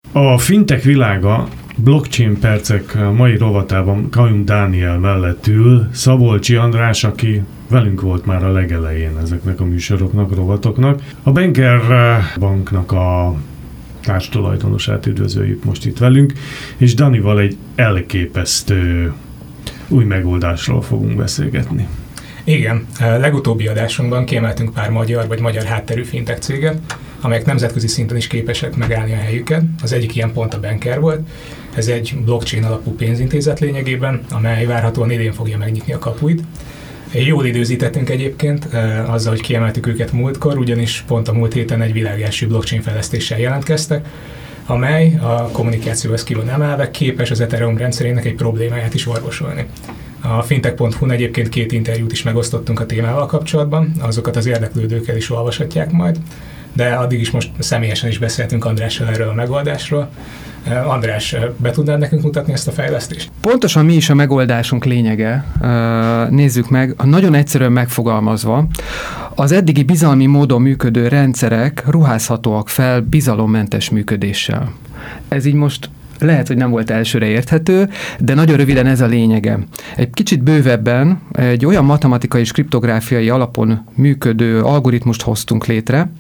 A fintech világa blockchain percek mai rovatában Kajun Dániel mellett ül Szabolcsi András, aki velünk volt már a legelején ezeknek a műsoroknak, rovatoknak. A Banker banknak a társtulajdonosát üdvözöljük most itt velünk, és Danival egy elképesztő új megoldásról fogunk beszélgetni. Igen, legutóbbi adásunkban kiemeltünk pár magyar vagy magyar hátterű fintech céget, amelyek nemzetközi szinten is képesek megállni a helyüket. Az egyik ilyen pont a Banker volt. Ez egy blockchain alapú pénzintézet lényegében, amely várhatóan idén fogja megnyitni a kapuit. Jól időzítettünk egyébként azzal, hogy kiemeltük őket múltkor, ugyanis pont a múlt héten egy világelső blockchain fejlesztéssel jelentkeztek, amely a kommunikációhoz ki van emelve, képes az Ethereum rendszerének egy problémáját is orvosolni. A fintech.hu-n egyébként 2 interjút is megosztottunk a témával kapcsolatban, azokat az érdeklődőkkel is olvashatják majd, de addig is most személyesen is beszéltünk Andrással erről a megoldásról. András, be tudnád nekünk mutatni ezt a fejlesztést? Pontosan mi is a megoldásunk lényege. Nézzük meg, nagyon egyszerűen megfogalmazva, az eddigi bizalmi módon működő rendszerek ruházhatóak fel bizalommentes működéssel. Ez így most lehet, hogy nem volt elsőre érthető, de nagyon röviden ez a lényege. Egy kicsit bővebben egy olyan matematikai és kriptográfiai alapon működő algoritmust hoztunk létre,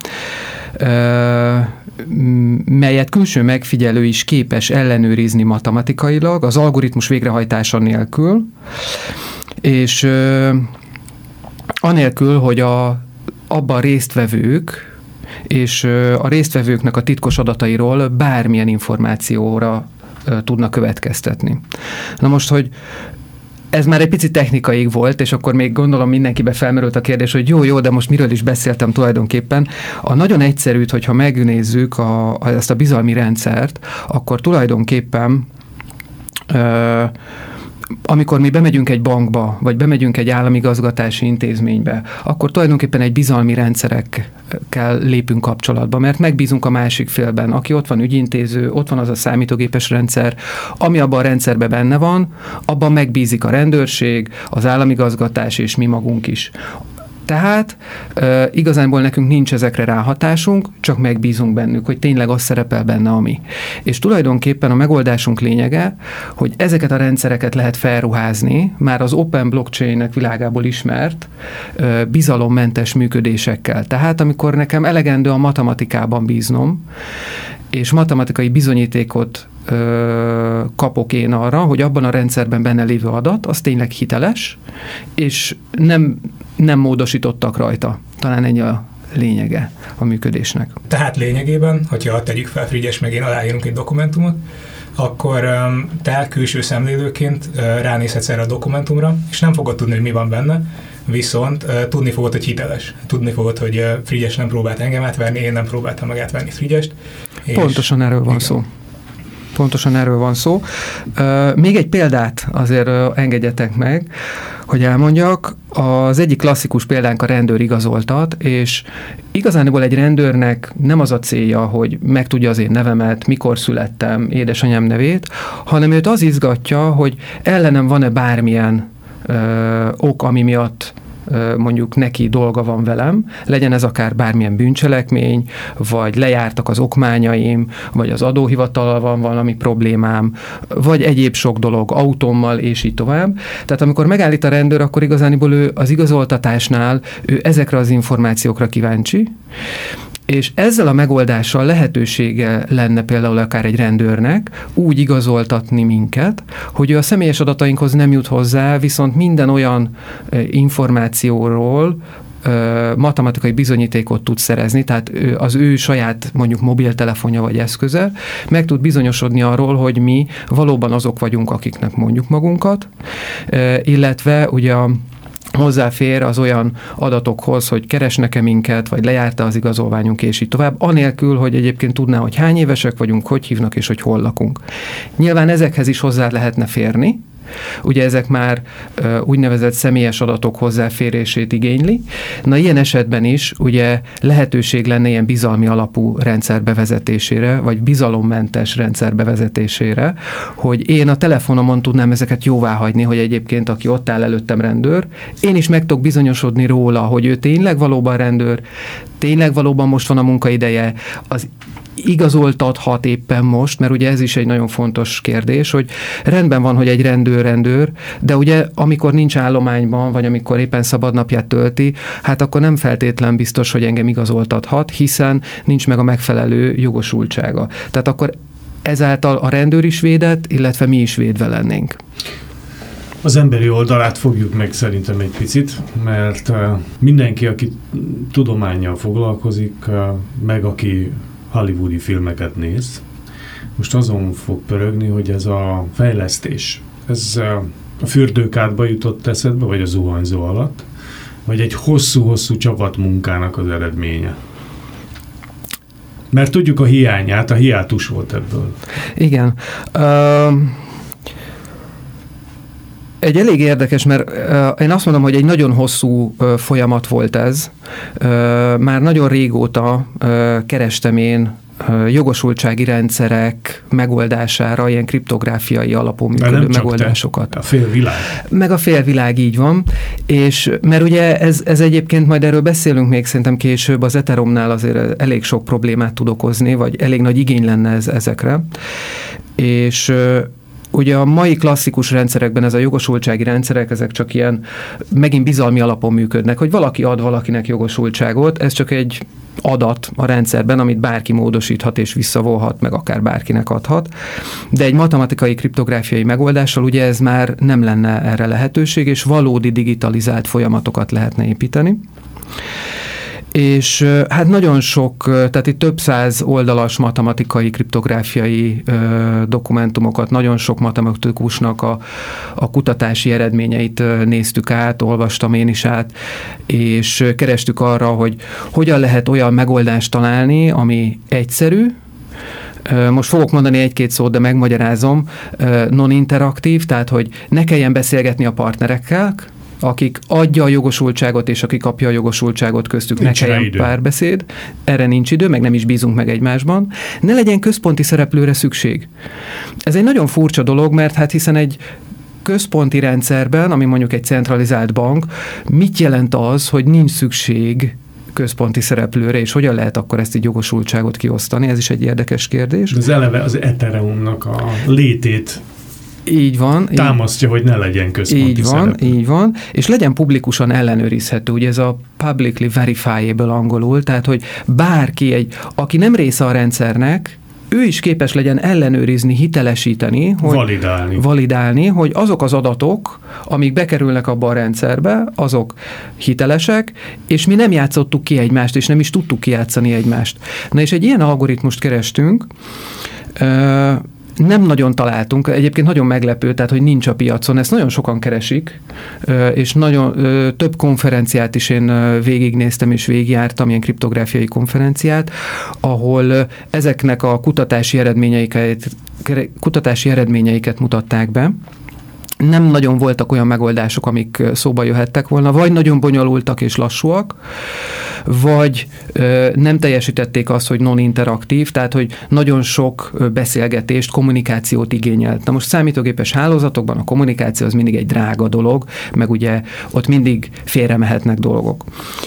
melyet külső megfigyelő is képes ellenőrizni matematikailag, az algoritmus végrehajtása nélkül, és anélkül, hogy abban résztvevők és a résztvevőknek a titkos adatairól bármilyen információra tudnak következtetni. Na most, hogy ez már egy picit technikaig volt, és akkor még gondolom mindenkibe felmerült a kérdés, hogy jó, de most miről is beszéltem tulajdonképpen. A nagyon egyszerűt, hogyha megnézzük ezt a bizalmi rendszert, akkor tulajdonképpen amikor mi bemegyünk egy bankba, vagy bemegyünk egy államigazgatási intézménybe, akkor tulajdonképpen egy bizalmi rendszerekkel lépünk kapcsolatba, mert megbízunk a másik félben, aki ott van ügyintéző, ott van az a számítógépes rendszer, ami abban a rendszerben benne van, abban megbízik a rendőrség, az államigazgatás és mi magunk is. Tehát igazából nekünk nincs ezekre ráhatásunk, csak megbízunk bennük, hogy tényleg az szerepel benne, ami. És tulajdonképpen a megoldásunk lényege, hogy ezeket a rendszereket lehet felruházni, már az Open Blockchain-nek világából ismert bizalommentes működésekkel. Tehát amikor nekem elegendő a matematikában bíznom, és matematikai bizonyítékot kapok én arra, hogy abban a rendszerben benne lévő adat, az tényleg hiteles, és nem módosítottak rajta. Talán ennyi a lényege a működésnek. Tehát lényegében, hogyha tegyük fel Frigyes meg én aláírunk egy dokumentumot, akkor te külső szemlélőként ránézhetsz erre a dokumentumra, és nem fogod tudni, hogy mi van benne, viszont tudni fogod, hogy hiteles. Tudni fogod, hogy Frigyes nem próbált engem átverni, én nem próbáltam meg átverni Frigyest. Pontosan erről van szó. Pontosan erről van szó. Még egy példát azért engedjetek meg, hogy elmondjak. Az egyik klasszikus példánk a rendőrigazoltat, és igazából egy rendőrnek nem az a célja, hogy megtudja az én nevemet, mikor születtem, édesanyám nevét, hanem őt az izgatja, hogy ellenem van-e bármilyen ok, ami miatt mondjuk neki dolga van velem, legyen ez akár bármilyen bűncselekmény, vagy lejártak az okmányaim, vagy az adóhivatallal van valami problémám, vagy egyéb sok dolog, autómmal, és így tovább. Tehát amikor megállít a rendőr, akkor igazániból ő az igazoltatásnál ő ezekre az információkra kíváncsi, és ezzel a megoldással lehetősége lenne például akár egy rendőrnek úgy igazoltatni minket, hogy ő a személyes adatainkhoz nem jut hozzá, viszont minden olyan információról matematikai bizonyítékot tud szerezni, tehát az ő saját mondjuk mobiltelefonja vagy eszköze meg tud bizonyosodni arról, hogy mi valóban azok vagyunk, akiknek mondjuk magunkat, illetve ugye hozzáfér az olyan adatokhoz, hogy keresnek-e minket, vagy lejárta az igazolványunk, és így tovább, anélkül, hogy egyébként tudná, hogy hány évesek vagyunk, hogy hívnak, és hogy hol lakunk. Nyilván ezekhez is hozzá lehetne férni, ugye ezek már úgynevezett személyes adatok hozzáférését igényli. Na, ilyen esetben is ugye lehetőség lenne ilyen bizalmi alapú rendszer bevezetésére, vagy bizalommentes rendszer bevezetésére, hogy én a telefonomon tudnám ezeket jóváhagyni, hogy egyébként aki ott áll előttem rendőr, én is meg tudok bizonyosodni róla, hogy ő tényleg valóban rendőr, tényleg valóban most van a munkaideje, az igazoltathat éppen most, mert ugye ez is egy nagyon fontos kérdés, hogy rendben van, hogy egy rendőr, de ugye amikor nincs állományban, vagy amikor éppen szabadnapját tölti, hát akkor nem feltétlen biztos, hogy engem igazoltathat, hiszen nincs meg a megfelelő jogosultsága. Tehát akkor ezáltal a rendőr is védett, illetve mi is védve lennénk. Az emberi oldalát fogjuk meg szerintem egy picit, mert mindenki, aki tudománnyal foglalkozik, meg aki hollywoodi filmeket néz, most azon fog pörögni, hogy ez a fejlesztés, ez a fürdőkádba jutott eszedbe, vagy a zuhanyzó alatt, vagy egy hosszú-hosszú csapatmunkának az eredménye. Mert tudjuk a hiányát, a hiátus volt ebből. Igen. Egy elég érdekes, mert én azt mondom, hogy egy nagyon hosszú folyamat volt ez. Már nagyon régóta kerestem én jogosultsági rendszerek megoldására ilyen kriptográfiai alapú működő megoldásokat. A félvilág. Meg a félvilág, így van. És mert ugye ez egyébként, majd erről beszélünk még szerintem később, az Ethereumnál azért elég sok problémát tud okozni, vagy elég nagy igény lenne ezekre. És ugye a mai klasszikus rendszerekben ez a jogosultsági rendszerek, ezek csak ilyen megint bizalmi alapon működnek, hogy valaki ad valakinek jogosultságot, ez csak egy adat a rendszerben, amit bárki módosíthat és visszavonhat, meg akár bárkinek adhat. De egy matematikai kriptográfiai megoldással ugye ez már nem lenne erre lehetőség, és valódi digitalizált folyamatokat lehetne építeni. És hát nagyon sok, tehát itt több száz oldalas matematikai, kriptográfiai dokumentumokat, nagyon sok matematikusnak a kutatási eredményeit néztük át, olvastam én is át, és kerestük arra, hogy hogyan lehet olyan megoldást találni, ami egyszerű. Most fogok mondani egy-két szót, de megmagyarázom. Non-interaktív, tehát hogy ne kelljen beszélgetni a partnerekkel, akik adja a jogosultságot, és aki kapja a jogosultságot, köztük ne kelljen párbeszéd. Erre nincs idő, meg nem is bízunk meg egymásban. Ne legyen központi szereplőre szükség. Ez egy nagyon furcsa dolog, mert hát hiszen egy központi rendszerben, ami mondjuk egy centralizált bank, mit jelent az, hogy nincs szükség központi szereplőre, és hogyan lehet akkor ezt így jogosultságot kiosztani? Ez is egy érdekes kérdés. Az eleve az Ethereumnak a létét így van. Támasztja, hogy ne legyen központi szereplő. Így van, és legyen publikusan ellenőrizhető, ugye ez a publicly verifiable angolul, tehát hogy bárki, aki nem része a rendszernek, ő is képes legyen ellenőrizni, hitelesíteni, validálni, hogy azok az adatok, amik bekerülnek abba a rendszerbe, azok hitelesek, és mi nem játszottuk ki egymást, és nem is tudtuk kijátszani egymást. Na és egy ilyen algoritmust kerestünk, nem nagyon találtunk, egyébként nagyon meglepő, tehát hogy nincs a piacon, ezt nagyon sokan keresik, és nagyon több konferenciát is én végignéztem és végigjártam, ilyen kriptográfiai konferenciát, ahol ezeknek a kutatási eredményeiket mutatták be. Nem nagyon voltak olyan megoldások, amik szóba jöhettek volna, vagy nagyon bonyolultak és lassúak, vagy nem teljesítették azt, hogy non-interaktív, tehát hogy nagyon sok beszélgetést, kommunikációt igényelt. Na most számítógépes hálózatokban a kommunikáció az mindig egy drága dolog, meg ugye ott mindig félremehetnek dolgok.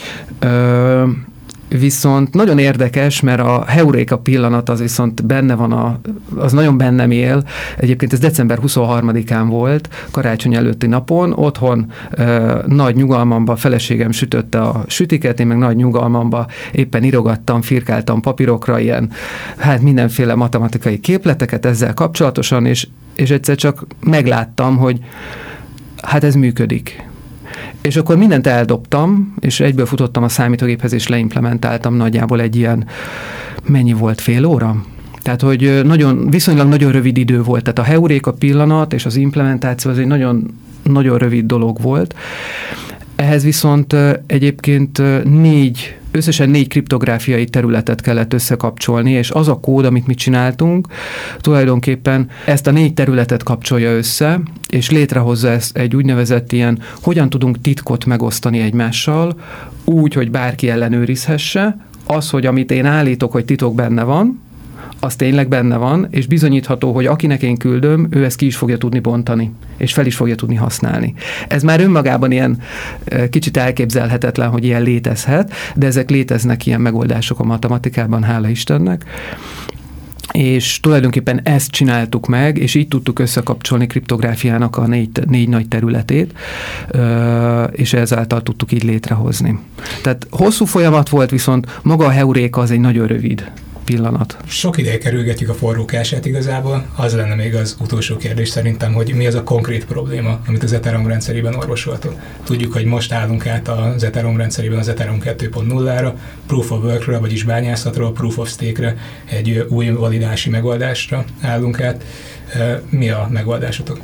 Viszont nagyon érdekes, mert a heuréka pillanat az viszont benne van, az nagyon bennem él. Egyébként ez december 23-án volt, karácsony előtti napon. Otthon nagy nyugalmamban feleségem sütötte a sütiket, én meg nagy nyugalmamban éppen írogattam, firkáltam papírokra ilyen, hát mindenféle matematikai képleteket ezzel kapcsolatosan, és egyszer csak megláttam, hogy hát ez működik. És akkor mindent eldobtam, és egyből futottam a számítógéphez, és leimplementáltam nagyjából egy ilyen, mennyi volt, fél óra? Tehát, hogy viszonylag nagyon rövid idő volt. Tehát a heuréka pillanat és az implementáció az egy nagyon, nagyon rövid dolog volt. Ehhez viszont egyébként összesen 4 kriptográfiai területet kellett összekapcsolni, és az a kód, amit mi csináltunk, tulajdonképpen ezt a 4 területet kapcsolja össze, és létrehozza ezt egy úgynevezett ilyen, hogyan tudunk titkot megosztani egymással, úgy, hogy bárki ellenőrizhesse, az, hogy amit én állítok, hogy titok benne van, az tényleg benne van, és bizonyítható, hogy akinek én küldöm, ő ezt ki is fogja tudni bontani, és fel is fogja tudni használni. Ez már önmagában ilyen kicsit elképzelhetetlen, hogy ilyen létezhet, de ezek léteznek ilyen megoldások a matematikában, hála Istennek. És tulajdonképpen ezt csináltuk meg, és így tudtuk összekapcsolni kriptográfiának a négy nagy területét, és ezáltal tudtuk így létrehozni. Tehát hosszú folyamat volt, viszont maga a heuréka az egy nagyon rövid pillanat. Sok ideje kerülgetjük a forrókását igazából. Az lenne még az utolsó kérdés szerintem, hogy mi az a konkrét probléma, amit az Ethereum rendszerében orvosoltok. Tudjuk, hogy most állunk át az Ethereum rendszerében az Ethereum 2.0-ra, Proof of Work-ről, vagyis bányászatról, Proof of Stake-re, egy új validási megoldásra állunk át. Mi a megoldásotok?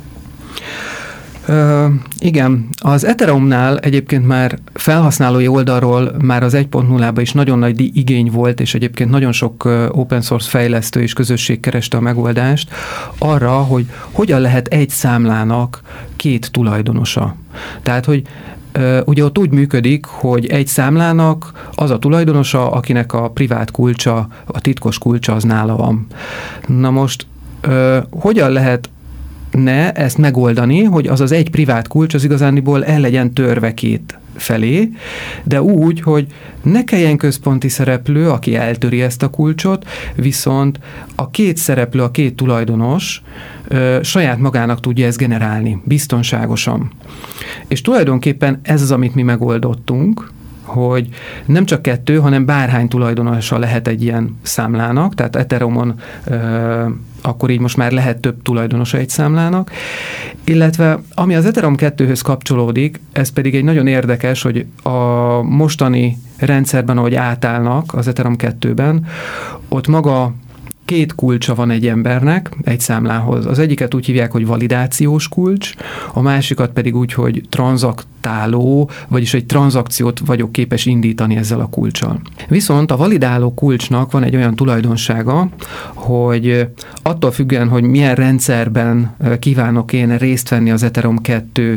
Igen, az Ethereumnál egyébként már felhasználói oldalról már az 1.0-ban is nagyon nagy igény volt, és egyébként nagyon sok open source fejlesztő és közösség kereste a megoldást arra, hogy hogyan lehet egy számlának két tulajdonosa. Tehát, hogy ugye ott úgy működik, hogy egy számlának az a tulajdonosa, akinek a privát kulcsa, a titkos kulcsa az nála van. Na most, hogyan lehet ezt megoldani, hogy az az egy privát kulcs az igazániból el legyen törve két felé, de úgy, hogy ne kelljen központi szereplő, aki eltöri ezt a kulcsot, viszont a két szereplő, a két tulajdonos saját magának tudja ezt generálni, biztonságosan. És tulajdonképpen ez az, amit mi megoldottunk, hogy nem csak kettő, hanem bárhány tulajdonosa lehet egy ilyen számlának, tehát Ethereumon akkor így most már lehet több tulajdonosa egy számlának, illetve ami az Ethereum 2-höz kapcsolódik, ez pedig egy nagyon érdekes, hogy a mostani rendszerben, ahogy átállnak az Ethereum 2-ben, ott maga két kulcsa van egy embernek egy számlához. Az egyiket úgy hívják, hogy validációs kulcs, a másikat pedig úgy, hogy tranzaktáló, vagyis egy tranzakciót vagyok képes indítani ezzel a kulccsal. Viszont a validáló kulcsnak van egy olyan tulajdonsága, hogy attól függően, hogy milyen rendszerben kívánok én részt venni az Ethereum 2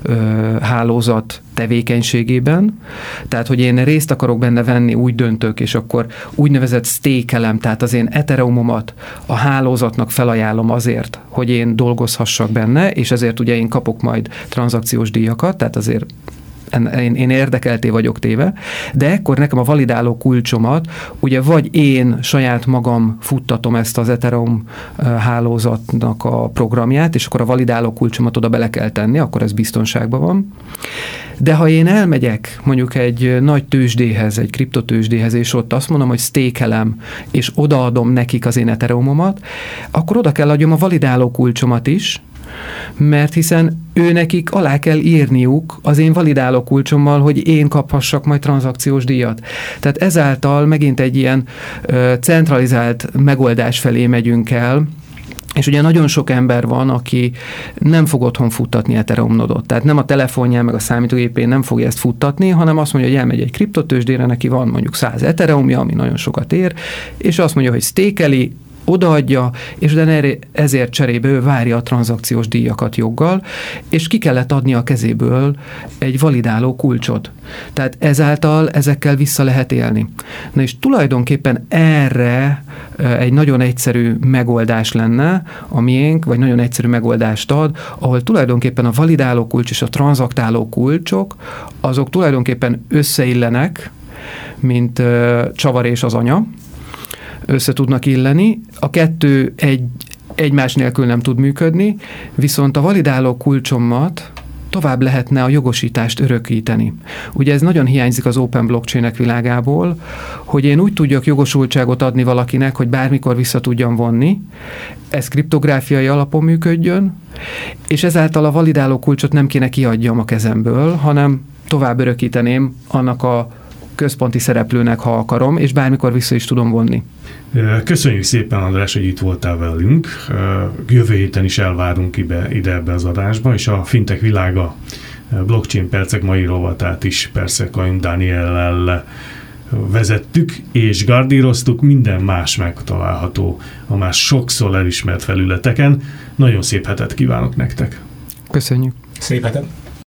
hálózat tevékenységében, tehát, hogy én részt akarok benne venni, úgy döntök, és akkor úgynevezett stake-elem, tehát az én Ethereumomat a hálózatnak felajánlom azért, hogy én dolgozhassak benne, és ezért ugye én kapok majd tranzakciós díjakat, tehát azért én érdekelté vagyok téve, de ekkor nekem a validáló kulcsomat, ugye vagy én saját magam futtatom ezt az Ethereum hálózatnak a programját, és akkor a validáló kulcsomat oda bele kell tenni, akkor ez biztonságban van. De ha én elmegyek mondjuk egy nagy tőzsdéhez, egy kriptotőzsdéhez, és ott azt mondom, hogy stake-elem, és odaadom nekik az én Ethereumomat, akkor oda kell adjam a validáló kulcsomat is, mert hiszen nekik alá kell írniuk az én validáló kulcsommal, hogy én kaphassak majd tranzakciós díjat. Tehát ezáltal megint egy ilyen centralizált megoldás felé megyünk el, és ugye nagyon sok ember van, aki nem fog otthon futtatni Ethereum nodot. Tehát nem a telefonján, meg a számítógépén nem fogja ezt futtatni, hanem azt mondja, hogy elmegy egy kriptotőzsdére, neki van mondjuk 100 Ethereumja, ami nagyon sokat ér, és azt mondja, hogy stake-eli, odaadja, és utána ezért cserébe ő várja a tranzakciós díjakat joggal, és ki kellett adni a kezéből egy validáló kulcsot. Tehát ezáltal ezekkel vissza lehet élni. Na és tulajdonképpen erre egy nagyon egyszerű megoldás lenne a miénk, vagy nagyon egyszerű megoldást ad, ahol tulajdonképpen a validáló kulcs és a tranzaktáló kulcsok, azok tulajdonképpen összeillenek, mint csavar és az anya, össze tudnak illeni. A kettő egymás nélkül nem tud működni, viszont a validáló kulcsomat tovább lehetne a jogosítást örökíteni. Ugye ez nagyon hiányzik az open blockchainek világából, hogy én úgy tudjak jogosultságot adni valakinek, hogy bármikor vissza tudjam vonni, ez kriptográfiai alapon működjön, és ezáltal a validáló kulcsot nem kéne kiadjam a kezemből, hanem tovább örökíteném annak a központi szereplőnek, ha akarom, és bármikor vissza is tudom vonni. Köszönjük szépen, András, hogy itt voltál velünk. Jövő héten is elvárunk ide ebbe az adásba, és a Fintech Világa Blockchain Percek mai rovatát is persze Kajun Dániellel vezettük, és gardíroztuk, minden más megtalálható a már sokszor elismert felületeken. Nagyon szép hetet kívánok nektek! Köszönjük! Szép hetet!